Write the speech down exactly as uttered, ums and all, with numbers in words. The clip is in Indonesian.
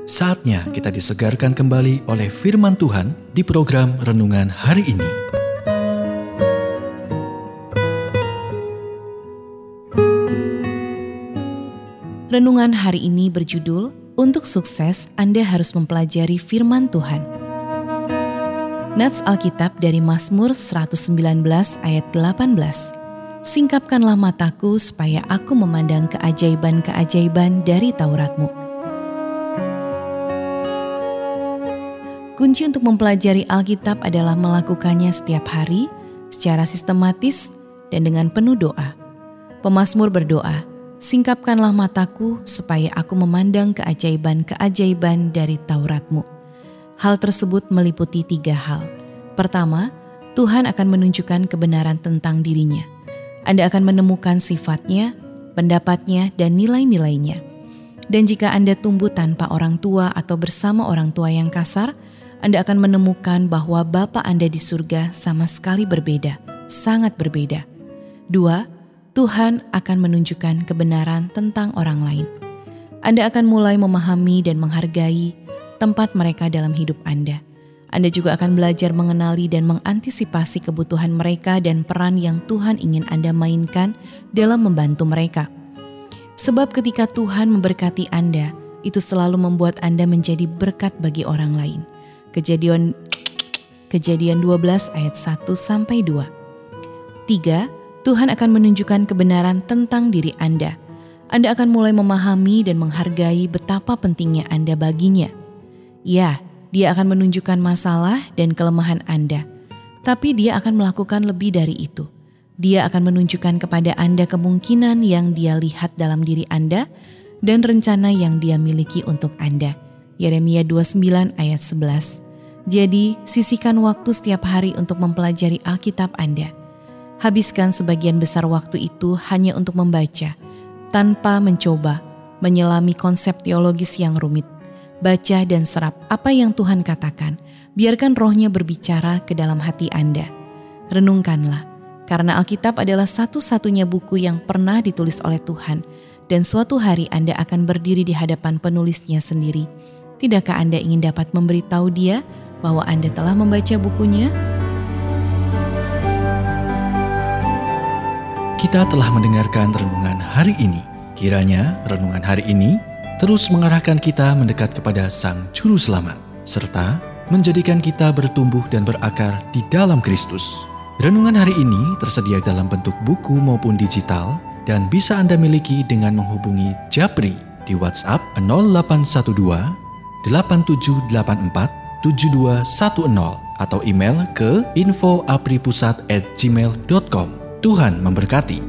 Saatnya kita disegarkan kembali oleh firman Tuhan di program Renungan Hari Ini. Renungan hari ini berjudul, Untuk Sukses Anda Harus Mempelajari Firman Tuhan. Nats Alkitab dari Mazmur seratus sembilan belas ayat delapan belas. Singkapkanlah mataku supaya aku memandang keajaiban-keajaiban dari Taurat-Mu. Kunci untuk mempelajari Alkitab adalah melakukannya setiap hari, secara sistematis, dan dengan penuh doa. Pemazmur berdoa, singkapkanlah mataku supaya aku memandang keajaiban-keajaiban dari Taurat-Mu. Hal tersebut meliputi tiga hal. Pertama, Tuhan akan menunjukkan kebenaran tentang dirinya. Anda akan menemukan sifatnya, pendapatnya, dan nilai-nilainya. Dan jika Anda tumbuh tanpa orang tua atau bersama orang tua yang kasar, Anda akan menemukan bahwa Bapa Anda di surga sama sekali berbeda, sangat berbeda. Dua, Tuhan akan menunjukkan kebenaran tentang orang lain. Anda akan mulai memahami dan menghargai tempat mereka dalam hidup Anda. Anda juga akan belajar mengenali dan mengantisipasi kebutuhan mereka dan peran yang Tuhan ingin Anda mainkan dalam membantu mereka. Sebab ketika Tuhan memberkati Anda, itu selalu membuat Anda menjadi berkat bagi orang lain. Kejadian Kejadian dua belas ayat satu sampai dua. Tiga, Tuhan akan menunjukkan kebenaran tentang diri Anda. Anda akan mulai memahami dan menghargai betapa pentingnya Anda baginya. Ya, Dia akan menunjukkan masalah dan kelemahan Anda. Tapi Dia akan melakukan lebih dari itu. Dia akan menunjukkan kepada Anda kemungkinan yang Dia lihat dalam diri Anda dan rencana yang Dia miliki untuk Anda. Yeremia dua puluh sembilan ayat sebelas. Jadi, sisihkan waktu setiap hari untuk mempelajari Alkitab Anda. Habiskan sebagian besar waktu itu hanya untuk membaca, tanpa mencoba menyelami konsep teologis yang rumit. Baca dan serap apa yang Tuhan katakan. Biarkan rohnya berbicara ke dalam hati Anda. Renungkanlah, karena Alkitab adalah satu-satunya buku yang pernah ditulis oleh Tuhan, dan suatu hari Anda akan berdiri di hadapan penulisnya sendiri. Tidakkah Anda ingin dapat memberitahu Dia bahwa Anda telah membaca bukunya? Kita telah mendengarkan renungan hari ini. Kiranya renungan hari ini terus mengarahkan kita mendekat kepada Sang Juru Selamat, serta menjadikan kita bertumbuh dan berakar di dalam Kristus. Renungan hari ini tersedia dalam bentuk buku maupun digital dan bisa Anda miliki dengan menghubungi Japri di WhatsApp nol delapan satu dua delapan tujuh delapan empat tujuh dua satu nol atau email ke info apripusat at gmail dot com. Tuhan memberkati.